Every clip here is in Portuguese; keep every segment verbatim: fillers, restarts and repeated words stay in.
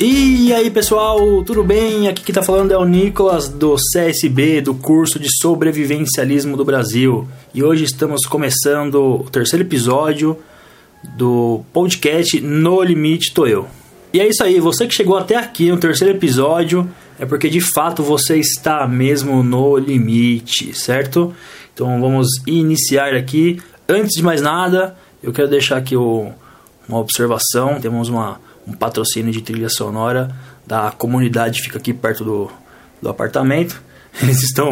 E aí pessoal, tudo bem? Aqui quem tá falando é o Nicolas do C S B, do curso de Sobrevivencialismo do Brasil. E hoje estamos começando o terceiro episódio do podcast No Limite Tô Eu. E é isso aí, você que chegou até aqui no terceiro episódio é porque de fato você está mesmo no limite, certo? Então vamos iniciar aqui. Antes de mais nada, eu quero deixar aqui o, uma observação. Temos uma... um patrocínio de trilha sonora da comunidade que fica aqui perto do, do apartamento. Eles estão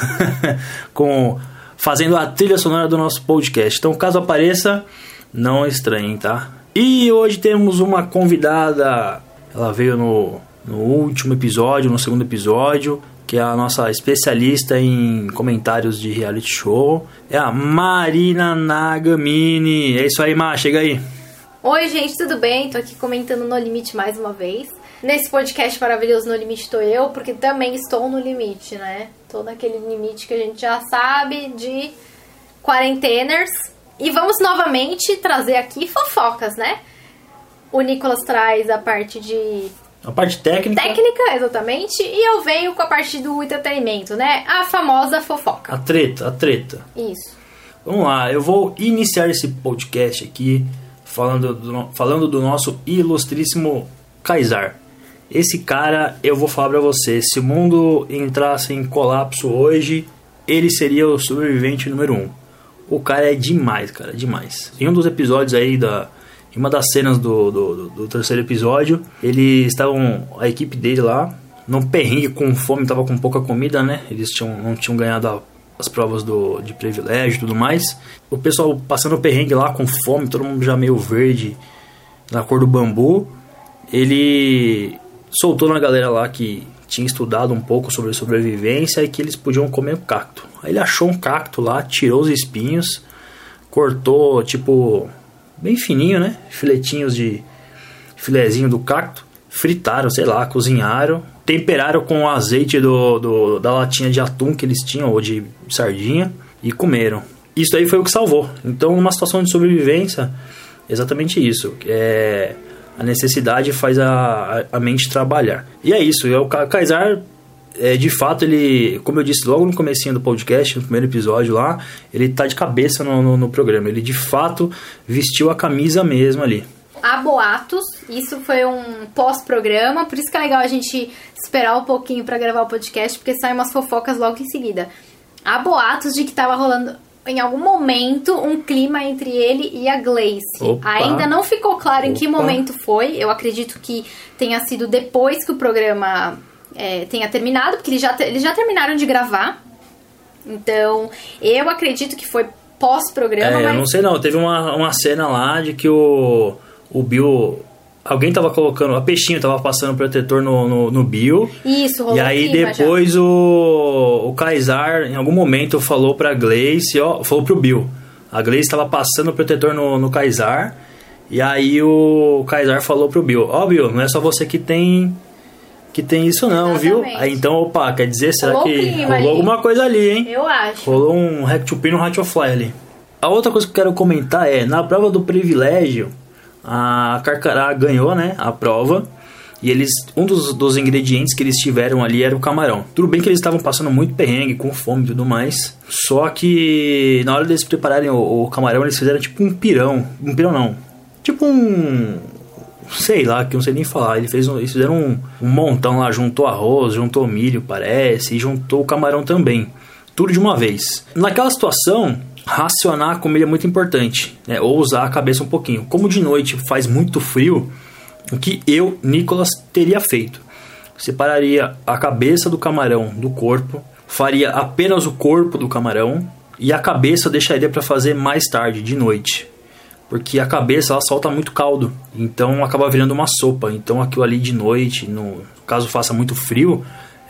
com, fazendo a trilha sonora do nosso podcast. Então, caso apareça, não estranhem, tá? E hoje temos uma convidada. Ela veio no, no último episódio, no segundo episódio, que é a nossa especialista em comentários de reality show. É a Marina Nagamini. É isso aí, Má, chega aí. Oi gente, tudo bem? Tô aqui comentando No Limite mais uma vez. Nesse podcast maravilhoso No Limite Tô Eu, porque também estou no limite, né? Tô naquele limite que a gente já sabe de quarenteners. E vamos novamente trazer aqui fofocas, né? O Nicolas traz a parte de... a parte técnica. Técnica, exatamente. E eu venho com a parte do entretenimento, né? A famosa fofoca. A treta, a treta. Isso. Vamos lá, eu vou iniciar esse podcast aqui Falando do, falando do nosso ilustríssimo Kaysar. Esse cara, eu vou falar pra você, se o mundo entrasse em colapso hoje, ele seria o sobrevivente número um. O cara é demais, cara, demais. Em um dos episódios aí, da, em uma das cenas do, do, do, do terceiro episódio, eles estavam, a equipe dele lá, num perrengue com fome, tava com pouca comida, né? Eles tinham, não tinham ganhado a as provas do, de privilégio e tudo mais. O pessoal passando o perrengue lá com fome, todo mundo já meio verde, na cor do bambu. Ele soltou na galera lá que tinha estudado um pouco sobre sobrevivência e que eles podiam comer o cacto. Aí ele achou um cacto lá, tirou os espinhos, cortou tipo bem fininho, né? Filetinhos de filezinho do cacto. Fritaram, sei lá, cozinharam, temperaram com o azeite do, do, da latinha de atum que eles tinham, ou de sardinha, e comeram. Isso aí foi o que salvou. Então, numa situação de sobrevivência, exatamente isso. É, a necessidade faz a, a mente trabalhar. E é isso. O Kaysar, é, de fato, ele, como eu disse logo no comecinho do podcast, no primeiro episódio lá, ele tá de cabeça no, no, no programa. Ele, de fato, vestiu a camisa mesmo ali. Há boatos, isso foi um pós-programa, por isso que é legal a gente esperar um pouquinho pra gravar o podcast, porque saem umas fofocas logo em seguida. Há boatos de que tava rolando em algum momento um clima entre ele e a Gleice. Opa. Ainda não ficou claro em Opa. que momento foi, eu acredito que tenha sido depois que o programa é, tenha terminado, porque eles já, eles já terminaram de gravar. Então, eu acredito que foi pós-programa. É, mas... eu não sei não, teve uma, uma cena lá de que o... O Bill, alguém tava colocando, a Peixinho tava passando protetor no, no, no Bill. Isso, rolou. E aí depois o, o Kaysar, em algum momento, falou pra Gleice, ó, falou pro Bill. A Gleice tava passando o protetor no, no Kaysar. E aí o Kaysar falou pro Bill, ó, Bill, não é só você que tem que tem isso não, exatamente. Viu? Aí então, opa, quer dizer, será rolou que rolou ali. alguma coisa ali, hein? Eu acho. Rolou um Hack-to-Pin no Hatchofly ali. A outra coisa que eu quero comentar é, na prova do privilégio, a Carcará ganhou, né, a prova. E eles, um dos, dos ingredientes que eles tiveram ali era o camarão. Tudo bem que eles estavam passando muito perrengue, com fome e tudo mais. Só que na hora deles prepararem o, o camarão, eles fizeram tipo um pirão. Um pirão não. Tipo um... sei lá, que eu não sei nem falar. Eles, fez um, eles fizeram um, um montão lá. Juntou arroz, juntou milho, parece. E juntou o camarão também. Tudo de uma vez. Naquela situação... racionar a comida é muito importante, né? Ou usar a cabeça um pouquinho. Como de noite faz muito frio, o que eu, Nicolas, teria feito? Separaria a cabeça do camarão do corpo, faria apenas o corpo do camarão e a cabeça eu deixaria para fazer mais tarde, de noite. Porque a cabeça ela solta muito caldo, então acaba virando uma sopa. Então aquilo ali de noite, no caso faça muito frio,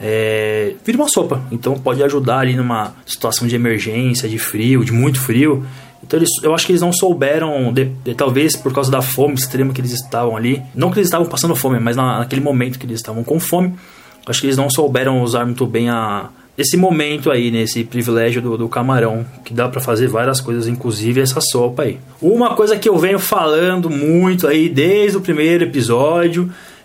É, vira uma sopa, então pode ajudar ali numa situação de emergência, de frio, de muito frio. Então eles, eu acho que eles não souberam, de, de, talvez por causa da fome extrema que eles estavam ali, não que eles estavam passando fome, mas na, naquele momento que eles estavam com fome, acho que eles não souberam usar muito bem a, esse momento aí, nesse né, privilégio do, do camarão, que dá pra fazer várias coisas, inclusive essa sopa aí. Uma coisa que eu venho falando muito aí desde o primeiro episódio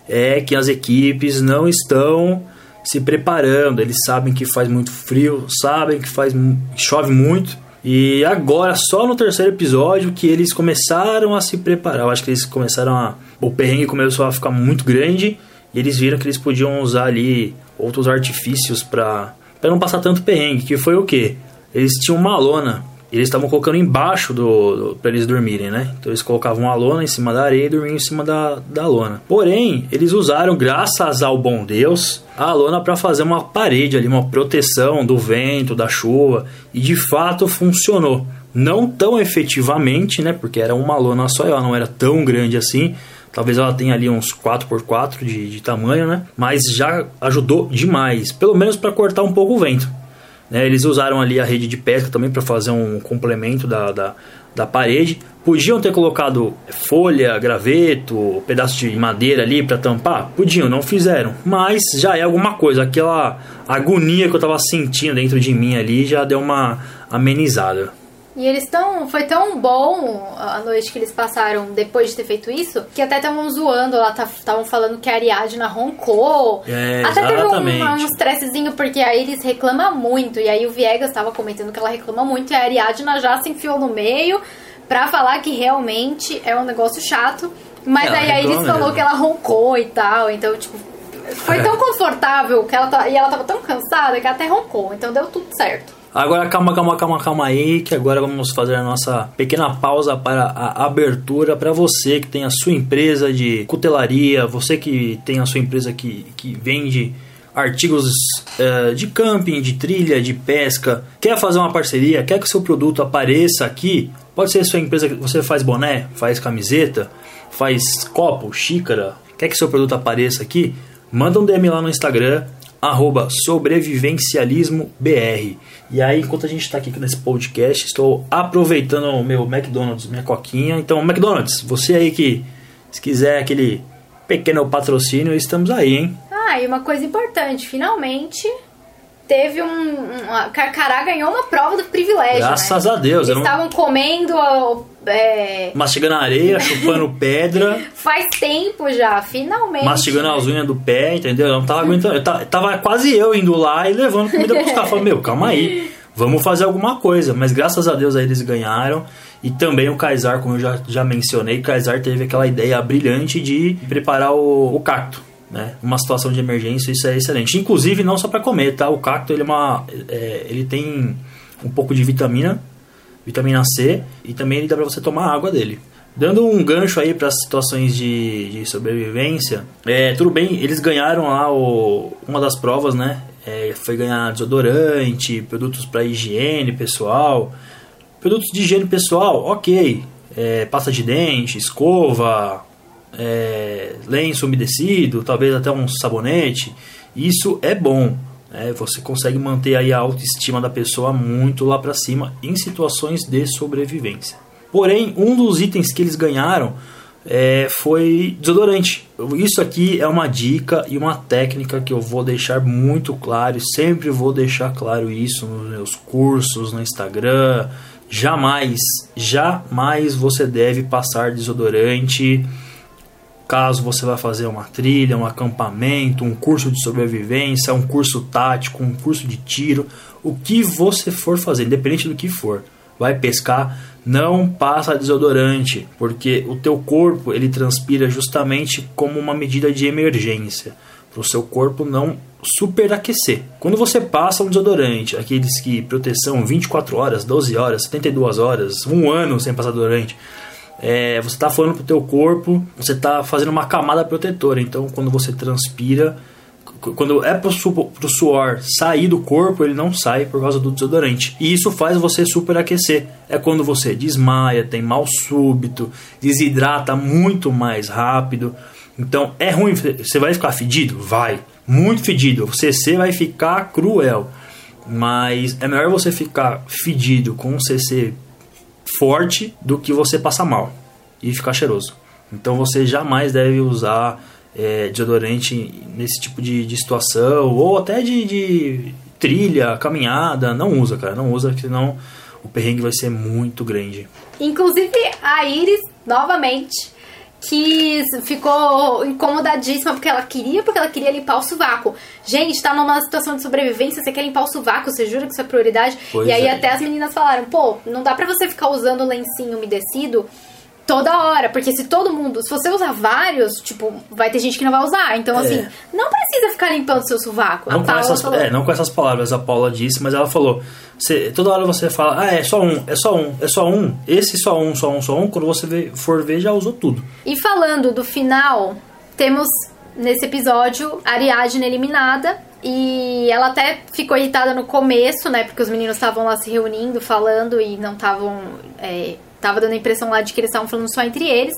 é que as equipes não estão se preparando. Eles sabem que faz muito frio, sabem que faz que chove muito. E agora, só no terceiro episódio, que eles começaram a se preparar. Eu acho que eles começaram a... O perrengue começou a ficar muito grande. E eles viram que eles podiam usar ali outros artifícios para para não passar tanto perrengue. Que foi o quê? Eles tinham uma lona. Eles estavam colocando embaixo do, do para eles dormirem, né? Então eles colocavam uma lona em cima da areia e dormiam em cima da, da lona. Porém, eles usaram, graças ao bom Deus, a lona para fazer uma parede ali, uma proteção do vento, da chuva. E de fato funcionou. Não tão efetivamente, né? Porque era uma lona só, ela não era tão grande assim. Talvez ela tenha ali uns quatro por quatro de, de tamanho, né? Mas já ajudou demais. Pelo menos para cortar um pouco o vento. Né, eles usaram ali a rede de pesca também para fazer um complemento da, da, da parede. Podiam ter colocado folha, graveto, pedaço de madeira ali para tampar? Podiam, não fizeram. Mas já é alguma coisa. Aquela agonia que eu estava sentindo dentro de mim ali já deu uma amenizada. E eles estão... Foi tão bom a noite que eles passaram depois de ter feito isso, que até estavam zoando lá, estavam falando que a Ariadna roncou. É, até exatamente. teve um, um estressezinho, porque aí eles reclamam muito. E aí o Viegas estava comentando que ela reclama muito, e a Ariadna já se enfiou no meio pra falar que realmente é um negócio chato. Mas ela aí a Iris falou mesmo. que ela roncou e tal. Então, tipo, foi É. tão confortável que ela tá, e ela tava tão cansada que ela até roncou. Então deu tudo certo. Agora calma, calma, calma, calma aí, que agora vamos fazer a nossa pequena pausa para a abertura para você que tem a sua empresa de cutelaria, você que tem a sua empresa que, que vende artigos uh, de camping, de trilha, de pesca, quer fazer uma parceria, quer que o seu produto apareça aqui, pode ser a sua empresa que você faz boné, faz camiseta, faz copo, xícara, quer que o seu produto apareça aqui, manda um D M lá no Instagram, arroba sobrevivencialismobr. E aí, enquanto a gente está aqui nesse podcast, estou aproveitando o meu McDonald's, minha coquinha. Então, McDonald's, você aí que se quiser aquele pequeno patrocínio, estamos aí, hein? Ah, e uma coisa importante, finalmente teve um... um a Carcará ganhou uma prova do privilégio, Graças né? a Deus. Eles estavam não... comendo... É... mastigando areia, chupando pedra. Faz tempo já, finalmente. Mastigando as unhas do pé, entendeu? Eu não tava aguentando. Eu tava, tava quase eu indo lá e levando comida pros caras. Falei, meu, calma aí. Vamos fazer alguma coisa. Mas graças a Deus aí eles ganharam. E também o Kaysar, como eu já, já mencionei, o Kaysar teve aquela ideia brilhante de preparar o, o cacto. Né? Uma situação de emergência, isso é excelente. Inclusive, não só para comer, tá? O cacto, ele, é uma, é, ele tem um pouco de vitamina, vitamina C, e também ele dá para você tomar água dele. Dando um gancho aí para situações de, de sobrevivência, é, tudo bem, eles ganharam lá o, uma das provas, né? É, foi ganhar desodorante, produtos para higiene pessoal. Produtos de higiene pessoal, ok. É, pasta de dente, escova, é, lenço umedecido, talvez até um sabonete. Isso é bom. É, você consegue manter aí a autoestima da pessoa muito lá para cima em situações de sobrevivência. Porém, um dos itens que eles ganharam é, foi desodorante. Isso aqui é uma dica e uma técnica que eu vou deixar muito claro, e sempre vou deixar claro isso nos meus cursos, no Instagram. Jamais, jamais você deve passar desodorante caso você vá fazer uma trilha, um acampamento, um curso de sobrevivência, um curso tático, um curso de tiro, o que você for fazer, independente do que for. Vai pescar, não passa desodorante, porque o teu corpo ele transpira justamente como uma medida de emergência, para o seu corpo não superaquecer. Quando você passa um desodorante, aqueles que proteção vinte e quatro horas, doze horas, setenta e duas horas, um ano sem passar desodorante, é, você está falando pro teu corpo, você está fazendo uma camada protetora. Então quando você transpira, quando é pro, su- pro suor sair do corpo, ele não sai por causa do desodorante. E isso faz você superaquecer. É quando você desmaia, tem mal súbito, desidrata muito mais rápido. Então é ruim, você vai ficar fedido? Vai, muito fedido. O C C vai ficar cruel. Mas é melhor você ficar fedido com um C C forte do que você passar mal e ficar cheiroso. Então você jamais deve usar é, desodorante nesse tipo de, de situação, ou até de, de trilha, caminhada. Não usa, cara, não usa, porque senão o perrengue vai ser muito grande. Inclusive a Iris, novamente, que ficou incomodadíssima porque ela queria, porque ela queria limpar o sovaco. Gente, tá numa situação de sobrevivência, você quer limpar o sovaco, você jura que isso é prioridade? Pois e aí é. Até as meninas falaram, pô, não dá pra você ficar usando lencinho umedecido toda hora, porque se todo mundo, se você usar vários, tipo, vai ter gente que não vai usar. Então, é. assim, não precisa ficar limpando seu sovaco. Não, a com essas, falou... é, não com essas palavras, a Paula disse, mas ela falou, você, toda hora você fala, ah, é só um, é só um, é só um, esse só um, só um, só um, quando você vê, for ver, já usou tudo. E falando do final, temos nesse episódio a Ariadne eliminada. E ela até ficou irritada no começo, né, porque os meninos estavam lá se reunindo, falando e não estavam... É, tava dando a impressão lá de que eles estavam falando só entre eles.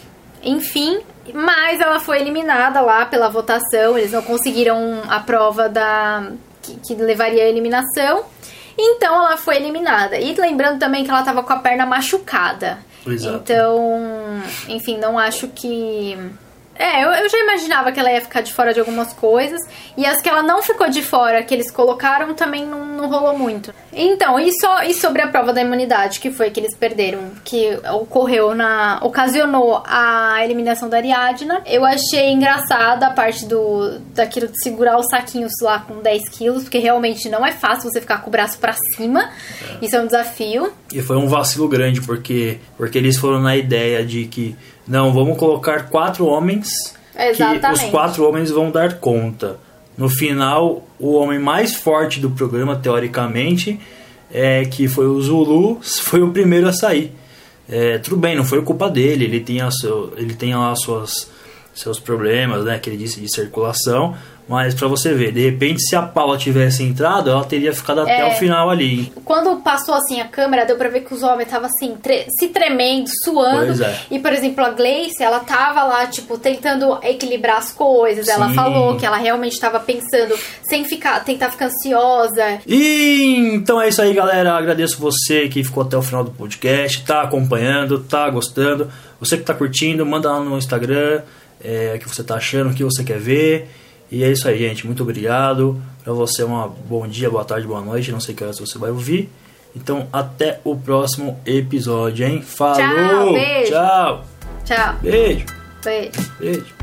Enfim, mas ela foi eliminada lá pela votação. Eles não conseguiram a prova da que, que levaria à eliminação. Então ela foi eliminada. E lembrando também que ela tava com a perna machucada. Exato. Então, enfim, não acho que... É, eu, eu já imaginava que ela ia ficar de fora de algumas coisas. E as que ela não ficou de fora, que eles colocaram, também não, não rolou muito. Então, e, só, e sobre a prova da imunidade, que foi que eles perderam, que ocorreu na... ocasionou a eliminação da Ariadna. Eu achei engraçada a parte do daquilo de segurar os saquinhos lá com dez quilos, porque realmente não é fácil você ficar com o braço pra cima. É. Isso é um desafio. E foi um vacilo grande, porque, porque eles foram na ideia de que não, vamos colocar quatro homens. Exatamente. Que os quatro homens vão dar conta. No final, o homem mais forte do programa, teoricamente, é, que foi o Zulu, foi o primeiro a sair. É, tudo bem, não foi culpa dele, ele tem, a seu, ele tem lá suas, seus problemas, né, que ele disse, de circulação. Mas pra você ver, de repente, se a Paula tivesse entrado, ela teria ficado até é, o final ali. Quando passou assim a câmera, deu pra ver que os homens estavam assim, tre- se tremendo, suando. Pois é. E, por exemplo, a Gleice, ela tava lá, tipo, tentando equilibrar as coisas. Sim. Ela falou que ela realmente tava pensando, sem ficar, tentar ficar ansiosa. E então é isso aí, galera. Agradeço você que ficou até o final do podcast, tá acompanhando, tá gostando. Você que tá curtindo, manda lá no Instagram é, o que você tá achando, o que você quer ver. E é isso aí, gente. Muito obrigado. Pra você, um bom dia, boa tarde, boa noite. Não sei que horas você vai ouvir. Então, até o próximo episódio, hein? Falou! Tchau, beijo. Tchau! Tchau. Beijo! Beijo. Beijo.